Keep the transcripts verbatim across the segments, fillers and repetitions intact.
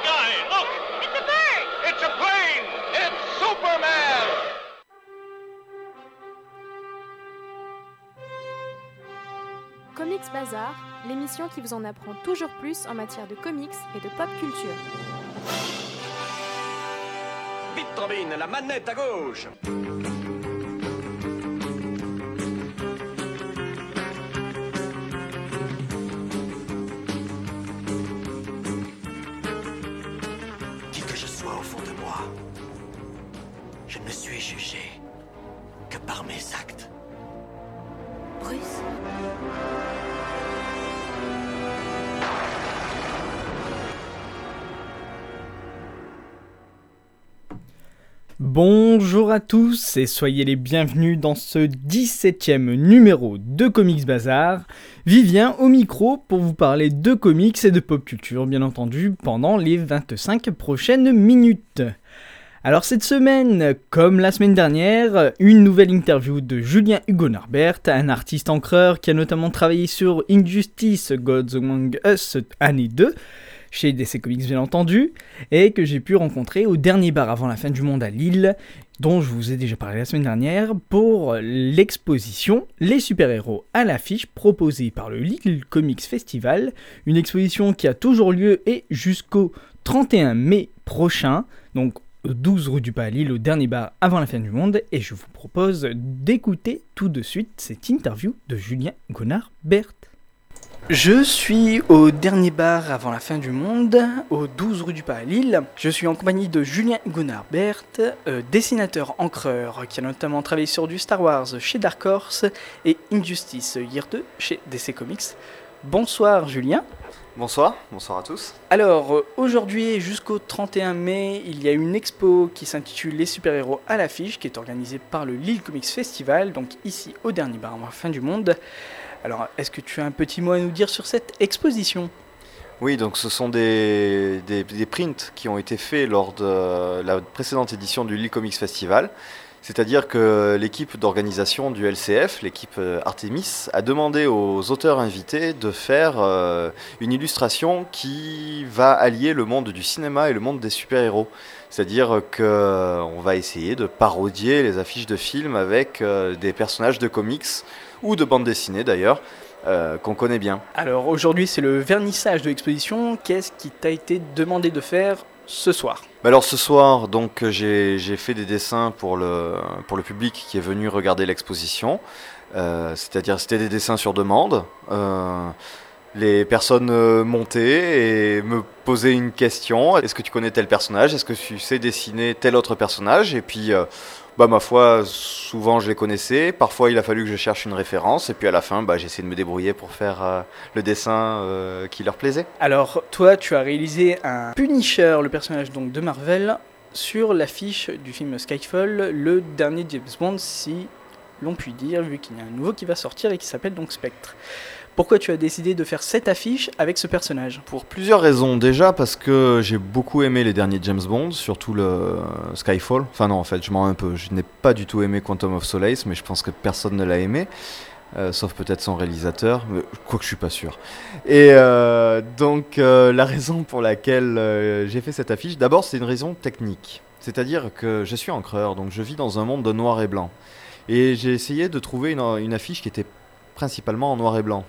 sky. Look! It's a bird! It's a plane! It's Superman! Comics Bazar, l'émission qui vous en apprend toujours plus en matière de comics et de pop culture. Vite, Robin, la manette à gauche! Qui que je sois au fond de moi, je ne suis jugé que par mes actes. Bruce? Bonjour à tous et soyez les bienvenus dans ce dix-septième numéro de Comics Bazar. Vivien au micro pour vous parler de comics et de pop culture, bien entendu, pendant les vingt-cinq prochaines minutes. Alors cette semaine, comme la semaine dernière, une nouvelle interview de Julien Hugo Narbert, un artiste encreur qui a notamment travaillé sur Injustice, Gods Among Us, année deux, chez D C Comics bien entendu, et que j'ai pu rencontrer au dernier bar avant la fin du monde à Lille, dont je vous ai déjà parlé la semaine dernière, pour l'exposition Les super-héros à l'affiche proposée par le Lille Comics Festival, une exposition qui a toujours lieu et jusqu'au trente et un mai prochain, donc douze rue du Pas à Lille, au dernier bar avant la fin du monde, et je vous propose d'écouter tout de suite cette interview de Julien Gonard-Berthe. Je suis au dernier bar avant la fin du monde, au douze rue du Pas à Lille. Je suis en compagnie de Julien Gonard-Berthe, euh, dessinateur encreur, qui a notamment travaillé sur du Star Wars chez Dark Horse et Injustice Year deux chez D C Comics. Bonsoir Julien. Bonsoir, bonsoir à tous. Alors, euh, aujourd'hui jusqu'au trente et un mai, il y a une expo qui s'intitule Les super-héros à l'affiche, qui est organisée par le Lille Comics Festival, donc ici au dernier bar avant la fin du monde. Alors, est-ce que tu as un petit mot à nous dire sur cette exposition ? Oui, donc ce sont des, des, des prints qui ont été faits lors de la précédente édition du Lille Comics Festival. C'est-à-dire que l'équipe d'organisation du L C F, l'équipe Artemis, a demandé aux auteurs invités de faire euh, une illustration qui va allier le monde du cinéma et le monde des super-héros. C'est-à-dire qu'on va essayer de parodier les affiches de films avec euh, des personnages de comics, ou de bande dessinée d'ailleurs, euh, qu'on connaît bien. Alors aujourd'hui c'est le vernissage de l'exposition, qu'est-ce qui t'a été demandé de faire ce soir ? Alors ce soir, donc, j'ai, j'ai fait des dessins pour le, pour le public qui est venu regarder l'exposition, euh, c'est-à-dire c'était des dessins sur demande. Euh, les personnes montaient et me posaient une question, est-ce que tu connais tel personnage, est-ce que tu sais dessiner tel autre personnage, et puis... Euh, Bah, ma foi, souvent je les connaissais, parfois il a fallu que je cherche une référence, et puis à la fin, bah, j'ai essayé de me débrouiller pour faire euh, le dessin euh, qui leur plaisait. Alors, toi, tu as réalisé un Punisher, le personnage donc de Marvel, sur l'affiche du film Skyfall, le dernier James Bond, si l'on peut dire, vu qu'il y a un nouveau qui va sortir et qui s'appelle donc Spectre. Pourquoi tu as décidé de faire cette affiche avec ce personnage ? Pour plusieurs raisons. Déjà parce que j'ai beaucoup aimé les derniers James Bond, surtout le Skyfall. Enfin non, en fait, je mens un peu. Je n'ai pas du tout aimé Quantum of Solace, mais je pense que personne ne l'a aimé. Euh, sauf peut-être son réalisateur, mais quoique je suis pas sûr. Et euh, donc euh, la raison pour laquelle euh, j'ai fait cette affiche, d'abord c'est une raison technique. C'est-à-dire que je suis encreur, donc je vis dans un monde de noir et blanc. Et j'ai essayé de trouver une, une affiche qui était principalement en noir et blanc.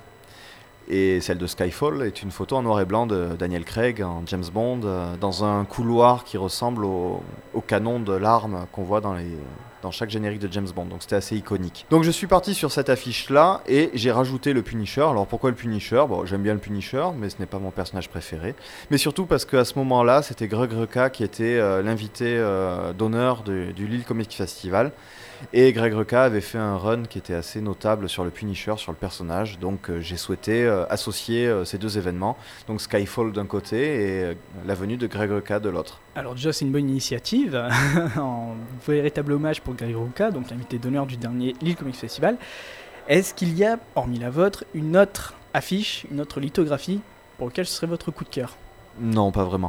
Et celle de Skyfall est une photo en noir et blanc de Daniel Craig en James Bond, euh, dans un couloir qui ressemble au, au canon de l'arme qu'on voit dans, les, dans chaque générique de James Bond. Donc c'était assez iconique. Donc je suis parti sur cette affiche-là et j'ai rajouté le Punisher. Alors pourquoi le Punisher ? Bon, j'aime bien le Punisher, mais ce n'est pas mon personnage préféré. Mais surtout parce qu'à ce moment-là, c'était Greg Rucka qui était euh, l'invité euh, d'honneur de, du Lille Comics Festival. Et Greg Rucka avait fait un run qui était assez notable sur le Punisher, sur le personnage. Donc euh, j'ai souhaité euh, associer euh, ces deux événements. Donc Skyfall d'un côté et euh, la venue de Greg Rucka de l'autre. Alors déjà c'est une bonne initiative, en véritable hommage pour Greg Rucka, donc l'invité d'honneur du dernier Lille Comics Festival. Est-ce qu'il y a, hormis la vôtre, une autre affiche, une autre lithographie pour laquelle ce serait votre coup de cœur ? Non, pas vraiment.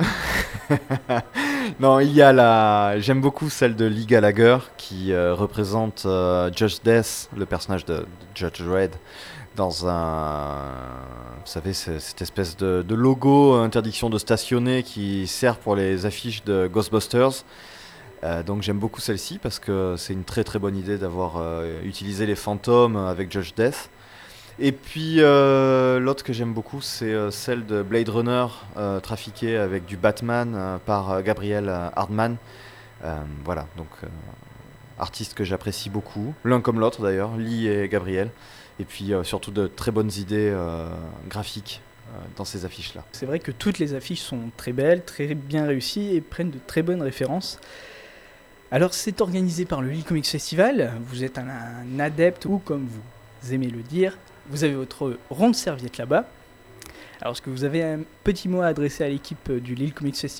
Non, il y a la... J'aime beaucoup celle de Lee Gallagher qui euh, représente euh, Judge Death, le personnage de, de Judge Dredd, dans un, vous savez, c'est- cette espèce de, de logo interdiction de stationner qui sert pour les affiches de Ghostbusters. Euh, donc j'aime beaucoup celle-ci parce que c'est une très très bonne idée d'avoir euh, utilisé les fantômes avec Judge Death. Et puis euh, l'autre que j'aime beaucoup, c'est euh, celle de Blade Runner, euh, trafiquée avec du Batman euh, par euh, Gabriel euh, Hardman. Euh, voilà, donc euh, artistes que j'apprécie beaucoup, l'un comme l'autre d'ailleurs, Lee et Gabriel. Et puis euh, surtout de très bonnes idées euh, graphiques euh, dans ces affiches-là. C'est vrai que toutes les affiches sont très belles, très bien réussies et prennent de très bonnes références. Alors c'est organisé par le Lille Comics Festival, vous êtes un, un adepte ou comme vous aimez le dire, vous avez votre ronde serviette là-bas. Alors est-ce que vous avez un petit mot à adresser à l'équipe du Lille Comics Festival ?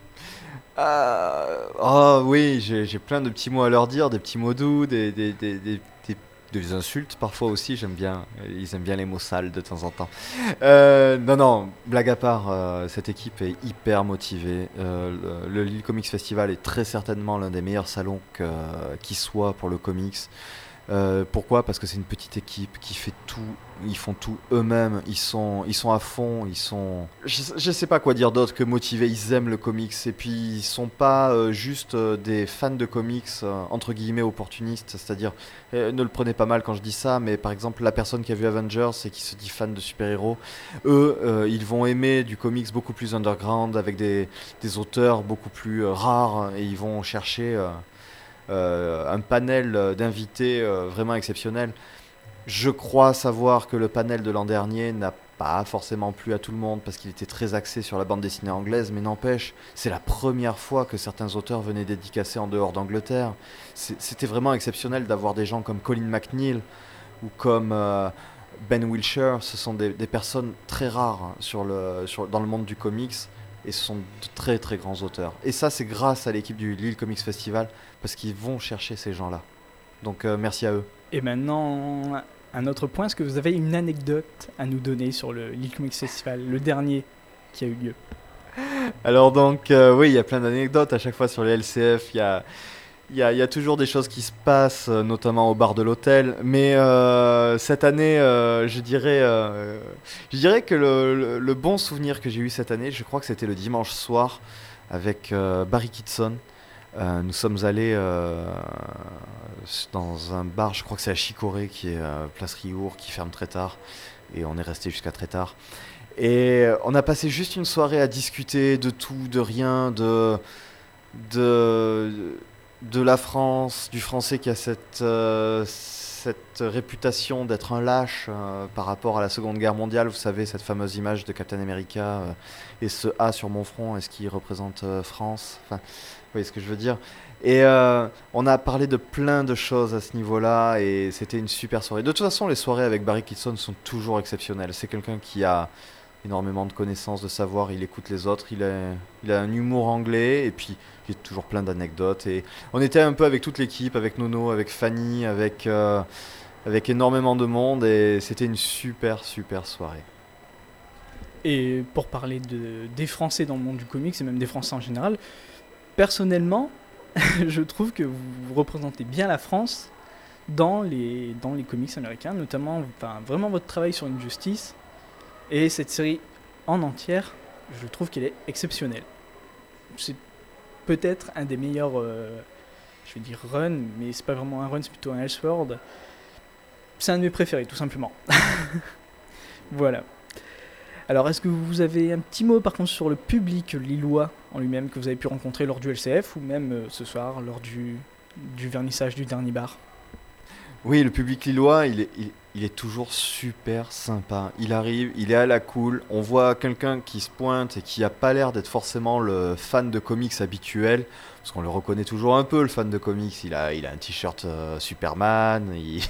Ah ah oui, j'ai j'ai plein de petits mots à leur dire, des petits mots doux, des, des, des, des, des- des insultes parfois aussi, j'aime bien, ils aiment bien les mots sales de temps en temps. Euh, non, non, blague à part, euh, cette équipe est hyper motivée. Euh, le, le Lille Comics Festival est très certainement l'un des meilleurs salons que- qui soit pour le comics. Euh, pourquoi ? Parce que c'est une petite équipe qui fait tout, ils font tout eux-mêmes, ils sont, ils sont à fond, ils sont... Je, je sais pas quoi dire d'autre que motivés, ils aiment le comics et puis ils sont pas euh, juste euh, des fans de comics euh, entre guillemets opportunistes, c'est-à-dire, euh, ne le prenez pas mal quand je dis ça, mais par exemple la personne qui a vu Avengers et qui se dit fan de super-héros, eux, euh, ils vont aimer du comics beaucoup plus underground avec des, des auteurs beaucoup plus euh, rares et ils vont chercher... euh, euh, un panel euh, d'invités euh, vraiment exceptionnel. Je crois savoir que le panel de l'an dernier n'a pas forcément plu à tout le monde parce qu'il était très axé sur la bande dessinée anglaise, mais n'empêche, c'est la première fois que certains auteurs venaient dédicacer en dehors d'Angleterre. C'est- C'était vraiment exceptionnel d'avoir des gens comme Colin McNeil ou comme euh, Ben Wilshire. Ce sont des, des personnes très rares hein, sur le, sur, dans le monde du comics et ce sont de très très grands auteurs. Et ça, c'est grâce à l'équipe du Lille Comics Festival parce qu'ils vont chercher ces gens-là. Donc euh, merci à eux. Et maintenant, un autre point, est-ce que vous avez une anecdote à nous donner sur le Lille Comics Festival, le dernier qui a eu lieu ? Alors donc, euh, oui, il y a plein d'anecdotes à chaque fois sur les L C F. Il y a, il y a, il y a toujours des choses qui se passent, euh, notamment au bar de l'hôtel. Mais euh, cette année, euh, je dirais, euh, je dirais que le, le- le bon souvenir que j'ai eu cette année, je crois que c'était le dimanche soir avec euh, Barry Kitson. Euh, nous sommes allés euh, dans un bar, je crois que c'est à Chicorée, qui est euh, place Riour, qui ferme très tard. Et on est resté jusqu'à très tard. Et euh, on a passé juste une soirée à discuter de tout, de rien, de, de, de la France, du français qui a cette, euh, cette réputation d'être un lâche euh, par rapport à la Seconde Guerre mondiale. Vous savez, cette fameuse image de Captain America euh, et ce A sur mon front, est-ce qu'il représente euh, France ? Enfin, vous voyez ce que je veux dire ? Et euh, on a parlé de plein de choses à ce niveau-là et c'était une super soirée. De toute façon, les soirées avec Barry Kitson sont toujours exceptionnelles. C'est quelqu'un qui a énormément de connaissances, de savoir, il écoute les autres, il a, il a un humour anglais et puis il y a toujours plein d'anecdotes. Et on était un peu avec toute l'équipe, avec Nono, avec Fanny, avec, euh, avec énormément de monde et c'était une super super soirée. Et pour parler de, des Français dans le monde du comics et même des Français en général, personnellement, je trouve que vous représentez bien la France dans les, dans les comics américains, notamment enfin, vraiment votre travail sur Injustice et cette série en entière, je trouve qu'elle est exceptionnelle. C'est peut-être un des meilleurs, euh, je vais dire run, mais c'est pas vraiment un run, c'est plutôt un Elseworld. C'est un de mes préférés, tout simplement. Voilà. Alors, est-ce que vous avez un petit mot par contre sur le public lillois en lui-même que vous avez pu rencontrer lors du L C F ou même euh, ce soir lors du, du vernissage du dernier bar ? Oui, le public lillois, il est, il, il est toujours super sympa. Il arrive, il est à la cool. On voit quelqu'un qui se pointe et qui a pas l'air d'être forcément le fan de comics habituel, parce qu'on le reconnaît toujours un peu, le fan de comics. Il a, il a un t-shirt euh, Superman, il...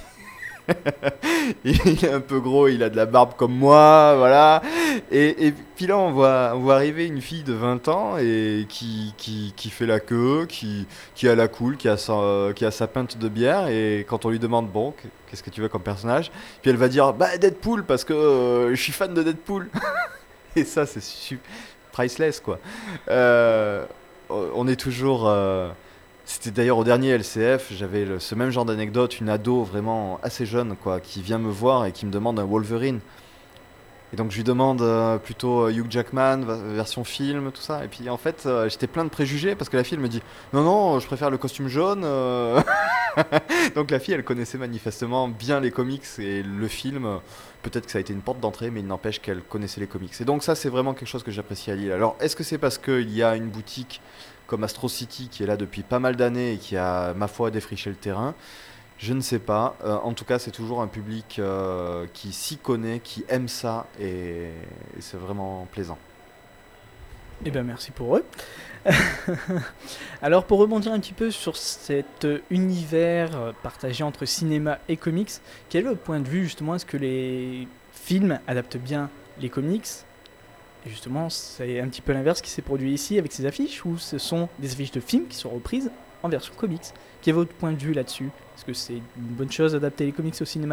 il est un peu gros, il a de la barbe comme moi, voilà. Et, et puis là, on voit, on voit arriver une fille de vingt ans et qui, qui, qui fait la queue, qui, qui a la cool, qui a, sa, qui a sa pinte de bière. Et quand on lui demande, bon, qu'est-ce que tu veux comme personnage ? Puis elle va dire, bah Deadpool, parce que euh, je suis fan de Deadpool. Et ça, c'est super priceless, quoi. Euh, on est toujours... Euh, C'était d'ailleurs au dernier L C F, j'avais le- ce même genre d'anecdote, une ado vraiment assez jeune, quoi, qui vient me voir et qui me demande un Wolverine. Et donc je lui demande euh, plutôt euh, Hugh Jackman, va- version film, tout ça. Et puis en fait, euh, j'étais plein de préjugés parce que la fille elle me dit non, non, je préfère le costume jaune. euh. Donc la fille, elle connaissait manifestement bien les comics et le film. euh, Peut-être que ça a été une porte d'entrée, mais il n'empêche qu'elle connaissait les comics. Et donc ça, c'est vraiment quelque chose que j'apprécie à Lille. Alors, est-ce que c'est parce qu'il y a une boutique comme Astro City qui est là depuis pas mal d'années et qui a, ma foi, défriché le terrain? Je ne sais pas. Euh, en tout cas, c'est toujours un public euh, qui s'y connaît, qui aime ça, et, et c'est vraiment plaisant. Eh bien, merci pour eux. Alors, pour rebondir un petit peu sur cet euh, univers euh, partagé entre cinéma et comics, quel est votre point de vue justement? Est-ce que les films adaptent bien les comics? Et justement, c'est un petit peu l'inverse qui s'est produit ici avec ces affiches, ou ce sont des affiches de films qui sont reprises en version comics? Quel est votre point de vue là-dessus? Est-ce que c'est une bonne chose d'adapter les comics au cinéma?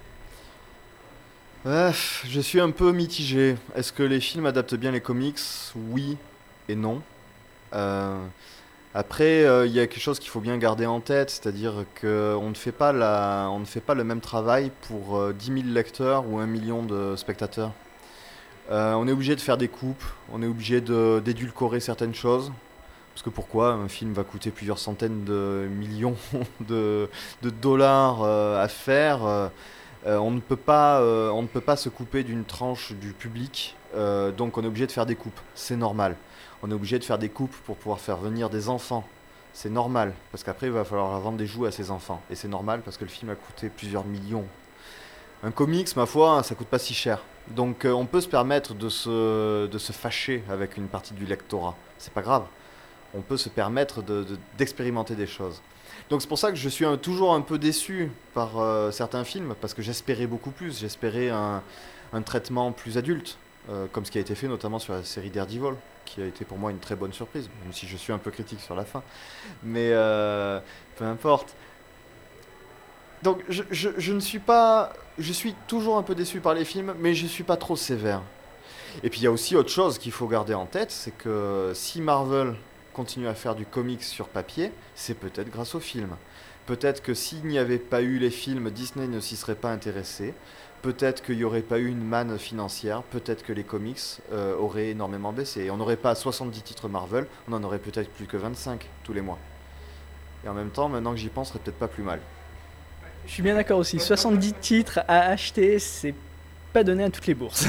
Ouais, je suis un peu mitigé. Est-ce que les films adaptent bien les comics? Oui et non. Euh, Après, euh, il y a quelque chose qu'il faut bien garder en tête, c'est-à-dire qu'on ne fait pas la, on ne fait pas le même travail pour euh, dix mille lecteurs ou un million de spectateurs. Euh, on est obligé de faire des coupes, on est obligé de, d'édulcorer certaines choses. Parce que pourquoi? Un film va coûter plusieurs centaines de millions de, de dollars euh, à faire. euh, euh, on ne peut pas, euh, on ne peut pas se couper d'une tranche du public, euh, donc on est obligé de faire des coupes. C'est normal. On est obligé de faire des coupes pour pouvoir faire venir des enfants. C'est normal, parce qu'après il va falloir vendre des jouets à ces enfants. Et c'est normal parce que le film a coûté plusieurs millions. Un comics, ma foi, ça coûte pas si cher. Donc euh, on peut se permettre de se, de se fâcher avec une partie du lectorat. C'est pas grave. On peut se permettre de, de- d'expérimenter des choses. Donc c'est pour ça que je suis un- toujours un peu déçu par euh, certains films, parce que j'espérais beaucoup plus. J'espérais un, un traitement plus adulte, euh, comme ce qui a été fait notamment sur la série Daredevil, qui a été pour moi une très bonne surprise, même si je suis un peu critique sur la fin. Mais euh, peu importe. Donc je, je, je ne suis pas... Je suis toujours un peu déçu par les films, mais je ne suis pas trop sévère. Et puis il y a aussi autre chose qu'il faut garder en tête, c'est que si Marvel continue à faire du comics sur papier, c'est peut-être grâce aux films. Peut-être que s'il n'y avait pas eu les films, Disney ne s'y serait pas intéressé. Peut-être qu'il n'y aurait pas eu une manne financière. Peut-être que les comics euh, auraient énormément baissé. Et on n'aurait pas soixante-dix titres Marvel, on en aurait peut-être plus que vingt-cinq tous les mois. Et en même temps, maintenant que j'y pense, ce serait peut-être pas plus mal. Je suis bien d'accord aussi. soixante-dix titres à acheter, c'est pas donné à toutes les bourses.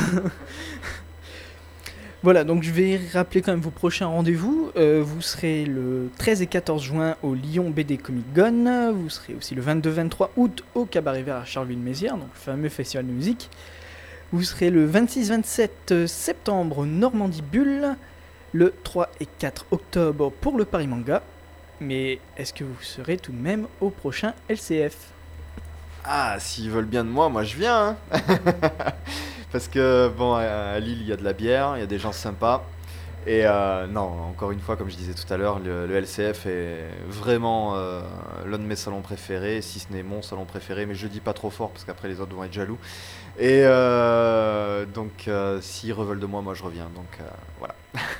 Voilà, donc je vais rappeler quand même vos prochains rendez-vous. Euh, vous serez le treize et quatorze juin au Lyon B D Comic Con. Vous serez aussi le vingt-deux vingt-trois août au Cabaret Vert à Charleville-Mézières, donc le fameux festival de musique. Vous serez le vingt-six vingt-sept septembre au Normandie Bulle. Le trois et quatre octobre pour le Paris Manga. Mais est-ce que vous serez tout de même au prochain L C F? Ah, s'ils veulent bien de moi, moi je viens, hein. Parce que, bon, à à Lille, il y a de la bière, il y a des gens sympas. Et euh, non, encore une fois, comme je disais tout à l'heure, le, le L C F est vraiment euh, l'un de mes salons préférés, si ce n'est mon salon préféré, mais je dis pas trop fort parce qu'après les autres vont être jaloux. Et euh, donc, euh, s'ils reveulent de moi, moi je reviens. Donc euh, voilà.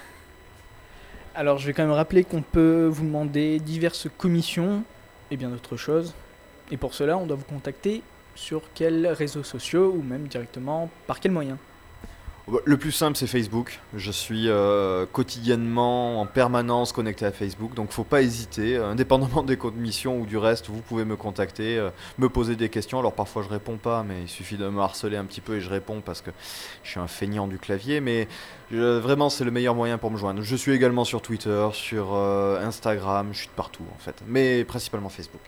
Alors je vais quand même rappeler qu'on peut vous demander diverses commissions et bien d'autres choses. Et pour cela, on doit vous contacter sur quels réseaux sociaux ou même directement par quels moyens? Le plus simple, c'est Facebook. Je suis euh, quotidiennement, en permanence connecté à Facebook, donc faut pas hésiter. Euh, Indépendamment des commissions ou du reste, vous pouvez me contacter, euh, me poser des questions. Alors parfois je réponds pas, mais il suffit de me harceler un petit peu et je réponds parce que je suis un feignant du clavier. Mais je- vraiment, c'est le meilleur moyen pour me joindre. Je suis également sur Twitter, sur euh, Instagram, je suis de partout en fait, mais principalement Facebook.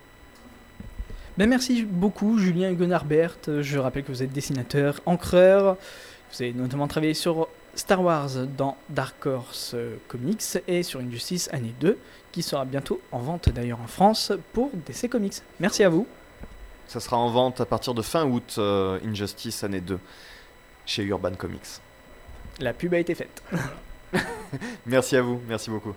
Ben merci beaucoup Julien Huguenard-Bert. Je rappelle que vous êtes dessinateur, encreur. Vous avez notamment travaillé sur Star Wars dans Dark Horse Comics et sur Injustice année deux, qui sera bientôt en vente d'ailleurs en France pour D C Comics. Merci à vous. Ça sera en vente à partir de fin août, euh, Injustice année deux, chez Urban Comics. La pub a été faite. Merci à vous, merci beaucoup.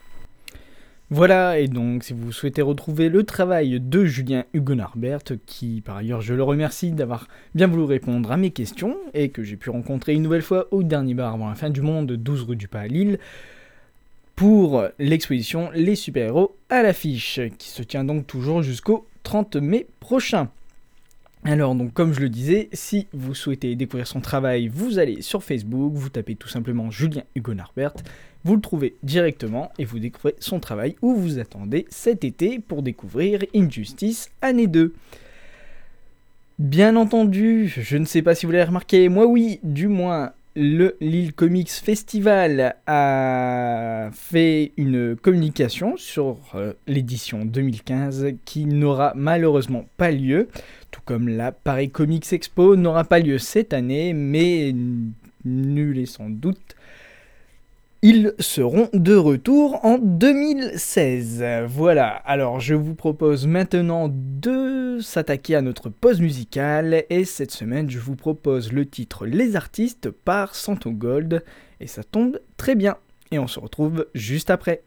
Voilà, et donc si vous souhaitez retrouver le travail de Julien Huguenard-Bert, qui par ailleurs je le remercie d'avoir bien voulu répondre à mes questions, et que j'ai pu rencontrer une nouvelle fois au dernier bar avant la fin du monde, douze rue du Pas à Lille, pour l'exposition Les super-héros à l'affiche, qui se tient donc toujours jusqu'au trente mai prochain. Alors donc comme je le disais, si vous souhaitez découvrir son travail, vous allez sur Facebook, vous tapez tout simplement Julien Hugo Narbert, vous le trouvez directement et vous découvrez son travail, ou vous attendez cet été pour découvrir Injustice année deux. Bien entendu, je ne sais pas si vous l'avez remarqué, moi oui, du moins, le Lille Comics Festival a fait une communication sur euh, l'édition deux mille quinze qui n'aura malheureusement pas lieu, tout comme la Paris Comics Expo n'aura pas lieu cette année, mais nul est sans doute, ils seront de retour en deux mille seize. Voilà, alors je vous propose maintenant de s'attaquer à notre pause musicale, et cette semaine je vous propose le titre Les Artistes par Santo Gold, et ça tombe très bien, et on se retrouve juste après.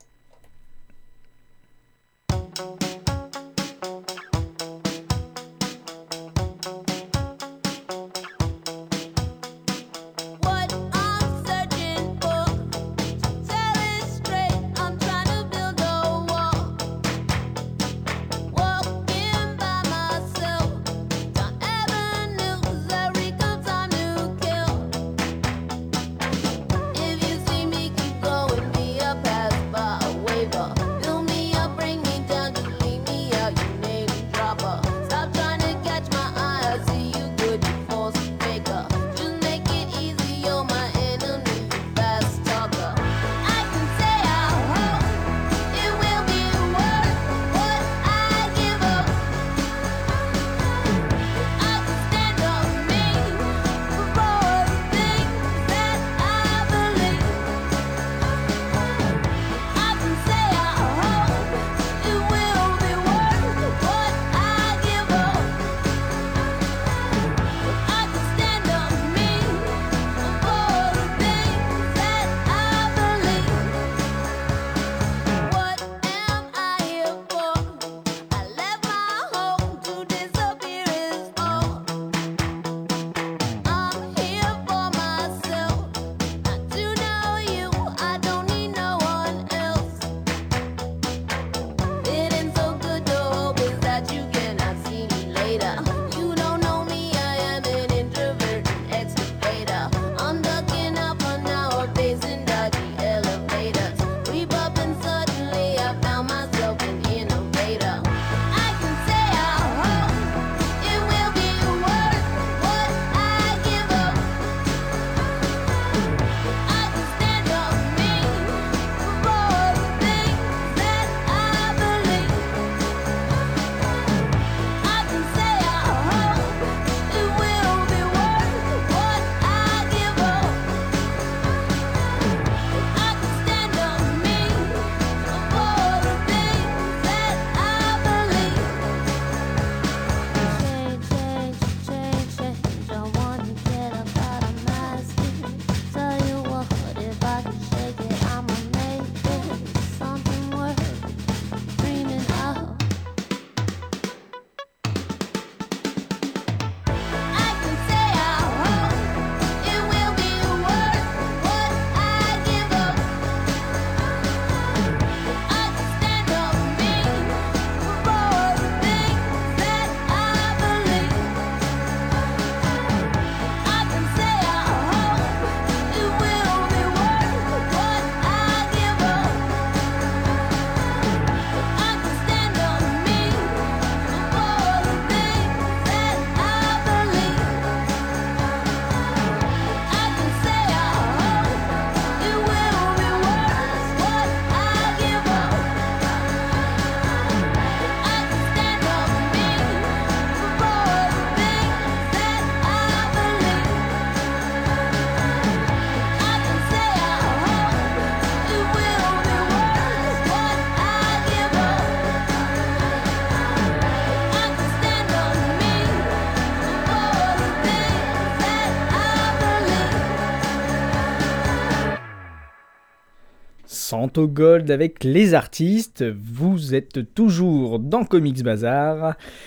Santo Gold avec Les Artistes, vous êtes toujours dans Comics Bazar.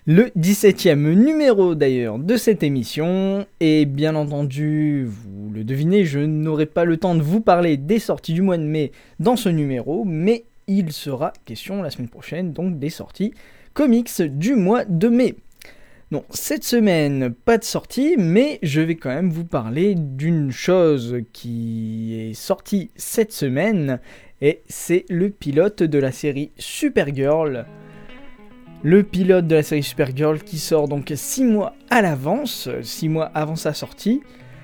le dix-septième numéro d'ailleurs de cette émission, et bien entendu, vous le devinez, je n'aurai pas le temps de vous parler des sorties du mois de mai dans ce numéro, mais il sera question la semaine prochaine donc des sorties comics du mois de mai. Non, cette semaine, pas de sortie, mais je vais quand même vous parler d'une chose qui est sortie cette semaine, et c'est le pilote de la série Supergirl. Le pilote de la série Supergirl qui sort donc six mois à l'avance, six mois avant sa sortie.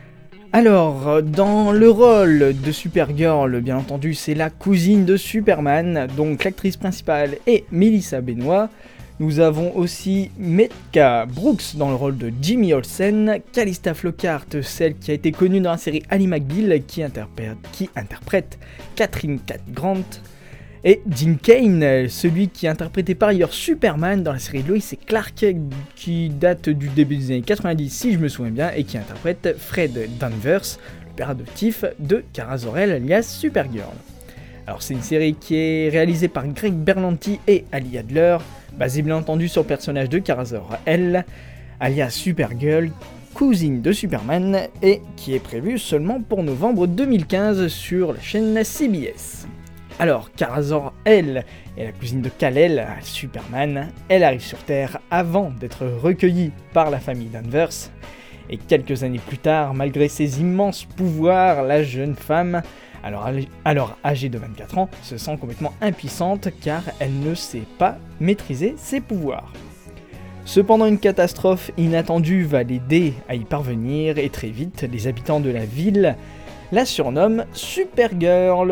Alors, dans le rôle de Supergirl, bien entendu, c'est la cousine de Superman, donc l'actrice principale est Melissa Benoist. Nous avons aussi Mecca Brooks dans le rôle de Jimmy Olsen, Calista Flockhart, celle qui a été connue dans la série Ally McBeal, qui interprète, qui interprète Catherine Cat Grant, et Dean Cain, celui qui a interprété par ailleurs Superman dans la série Lois et Clark, qui date du début des années quatre-vingt-dix si je me souviens bien, et qui interprète Fred Danvers, le père adoptif de Kara Zor-El alias Supergirl. Alors c'est une série qui est réalisée par Greg Berlanti et Ali Adler, basée bien entendu sur le personnage de Kara Zor-El, alias Supergirl, cousine de Superman, et qui est prévue seulement pour novembre deux mille quinze sur la chaîne C B S. Alors, Kara Zor-El est la cousine de Kal-El, Superman. Elle arrive sur Terre avant d'être recueillie par la famille Danvers. Et quelques années plus tard, malgré ses immenses pouvoirs, la jeune femme, alors, alors âgée de vingt-quatre ans, se sent complètement impuissante car elle ne sait pas maîtriser ses pouvoirs. Cependant, une catastrophe inattendue va l'aider à y parvenir et très vite, les habitants de la ville la surnomment Supergirl.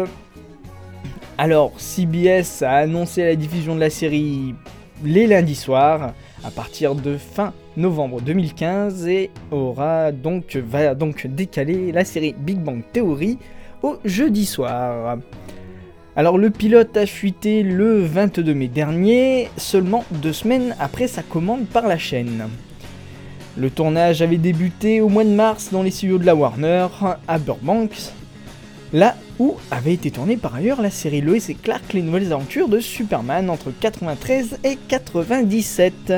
Alors, C B S a annoncé la diffusion de la série les lundis soirs à partir de fin novembre deux mille quinze et aura donc, va donc décaler la série Big Bang Theory au jeudi soir. Alors le pilote a fuité le vingt-deux mai dernier, seulement deux semaines après sa commande par la chaîne. Le tournage avait débuté au mois de mars dans les studios de la Warner à Burbank, là où avait été tournée par ailleurs la série Lois et Clark, les nouvelles aventures de Superman entre quatre-vingt-treize et quatre-vingt-dix-sept.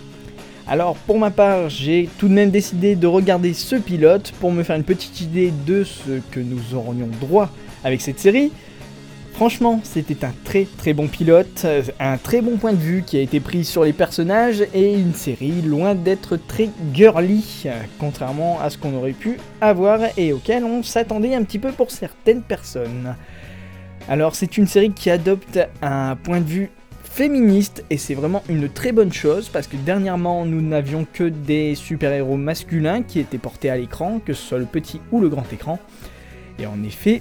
Alors pour ma part, j'ai tout de même décidé de regarder ce pilote pour me faire une petite idée de ce que nous aurions droit avec cette série. Franchement, c'était un très très bon pilote, un très bon point de vue qui a été pris sur les personnages et une série loin d'être très girly, contrairement à ce qu'on aurait pu avoir et auquel on s'attendait un petit peu pour certaines personnes. Alors c'est une série qui adopte un point de vue féministe et c'est vraiment une très bonne chose parce que dernièrement nous n'avions que des super-héros masculins qui étaient portés à l'écran, que ce soit le petit ou le grand écran. Et en effet,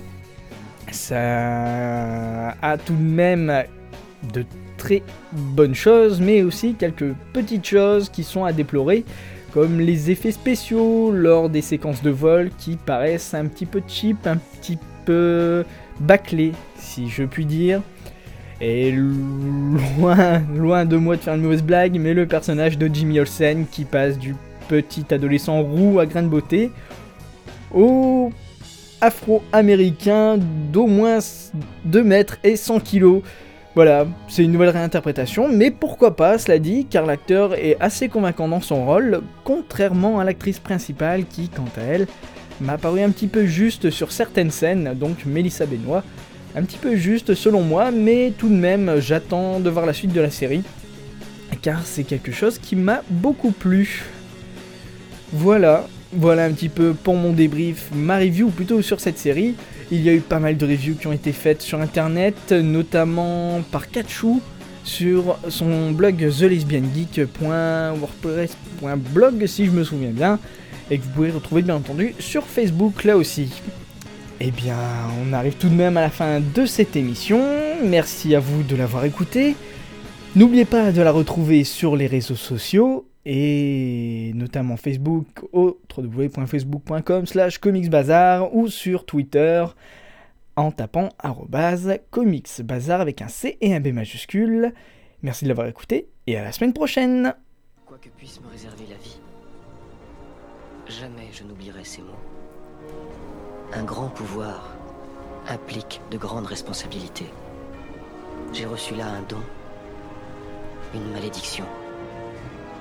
ça a tout de même de très bonnes choses, mais aussi quelques petites choses qui sont à déplorer, comme les effets spéciaux lors des séquences de vol qui paraissent un petit peu cheap, un petit peu bâclés, si je puis dire. Et loin, loin de moi de faire une mauvaise blague, mais le personnage de Jimmy Olsen qui passe du petit adolescent roux à grain de beauté au afro-américain d'au moins deux mètres et cent kilos. Voilà, c'est une nouvelle réinterprétation, mais pourquoi pas, cela dit, car l'acteur est assez convaincant dans son rôle, contrairement à l'actrice principale qui, quant à elle, m'a paru un petit peu juste sur certaines scènes, donc Melissa Benoist. Un petit peu juste selon moi, mais tout de même j'attends de voir la suite de la série, car c'est quelque chose qui m'a beaucoup plu. Voilà, voilà un petit peu pour mon débrief, ma review plutôt sur cette série. Il y a eu pas mal de reviews qui ont été faites sur internet, notamment par Katchou sur son blog the lesbian geek point wordpress point blog si je me souviens bien, et que vous pouvez retrouver bien entendu sur Facebook là aussi. Eh bien, on arrive tout de même à la fin de cette émission. Merci à vous de l'avoir écoutée. N'oubliez pas de la retrouver sur les réseaux sociaux, et notamment Facebook au w w w point facebook point com slash comicsbazar ou sur Twitter en tapant arobase comicsbazar avec un C et un B majuscule. Merci de l'avoir écouté et à la semaine prochaine. Quoi que puisse me réserver la vie, jamais je n'oublierai ces mots. Un grand pouvoir implique de grandes responsabilités. J'ai reçu là un don, une malédiction.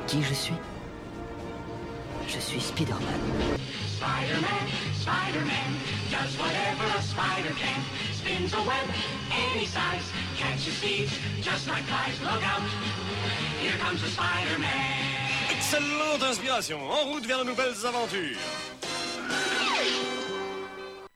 Qui je suis? Je suis Spider-Man. Spider-Man, Spider-Man, does whatever a spider can. Spins a web any size, catches thieves just like flies. Look out, here comes the Spider-Man. Excellente inspiration, en route vers de nouvelles aventures.